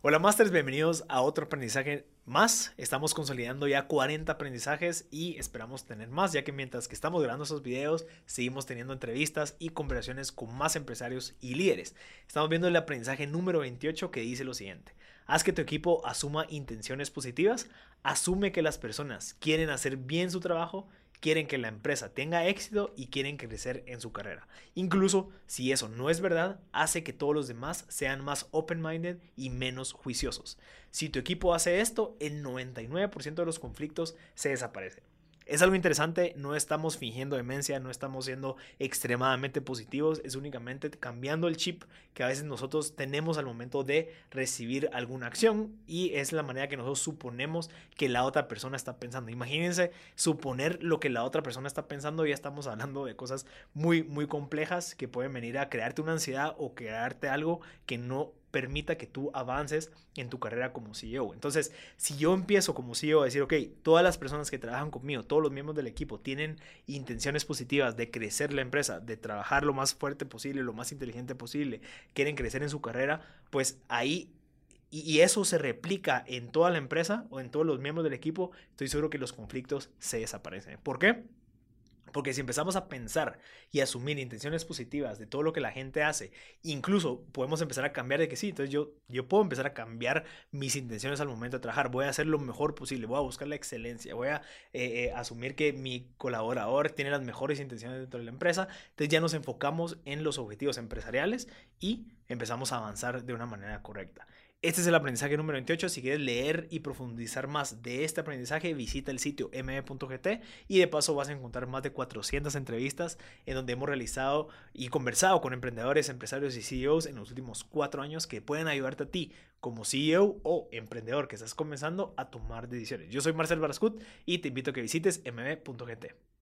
Hola Masters, bienvenidos a otro aprendizaje más. Estamos consolidando ya 40 aprendizajes y esperamos tener más, ya que mientras que estamos grabando esos videos, seguimos teniendo entrevistas y conversaciones con más empresarios y líderes. Estamos viendo el aprendizaje número 28 que dice lo siguiente: haz que tu equipo asuma intenciones positivas, asume que las personas quieren hacer bien su trabajo, quieren que la empresa tenga éxito y quieren crecer en su carrera. Incluso si eso no es verdad, hace que todos los demás sean más open-minded y menos juiciosos. Si tu equipo hace esto, el 99% de los conflictos se desaparecen. Es algo interesante, no estamos fingiendo demencia, no estamos siendo extremadamente positivos, es únicamente cambiando el chip que a veces nosotros tenemos al momento de recibir alguna acción, y es la manera que nosotros suponemos que la otra persona está pensando. Imagínense suponer lo que la otra persona está pensando, ya estamos hablando de cosas muy complejas que pueden venir a crearte una ansiedad o crearte algo que no permita que tú avances en tu carrera como CEO. Entonces, si yo empiezo como CEO a decir, ok, todas las personas que trabajan conmigo, todos los miembros del equipo tienen intenciones positivas de crecer la empresa, de trabajar lo más fuerte posible, lo más inteligente posible, quieren crecer en su carrera, pues ahí y eso se replica en toda la empresa o en todos los miembros del equipo, estoy seguro que los conflictos se desaparecen. ¿Por qué? Porque si empezamos a pensar y asumir intenciones positivas de todo lo que la gente hace, incluso podemos empezar a cambiar de que sí, entonces yo puedo empezar a cambiar mis intenciones al momento de trabajar, voy a hacer lo mejor posible, voy a buscar la excelencia, voy a asumir que mi colaborador tiene las mejores intenciones dentro de la empresa, entonces ya nos enfocamos en los objetivos empresariales y empezamos a avanzar de una manera correcta. Este es el aprendizaje número 28. Si quieres leer y profundizar más de este aprendizaje, visita el sitio mb.gt y de paso vas a encontrar más de 400 entrevistas en donde hemos realizado y conversado con emprendedores, empresarios y CEOs en los últimos 4 años que pueden ayudarte a ti como CEO o emprendedor que estás comenzando a tomar decisiones. Yo soy Marcel Barascut y te invito a que visites mb.gt.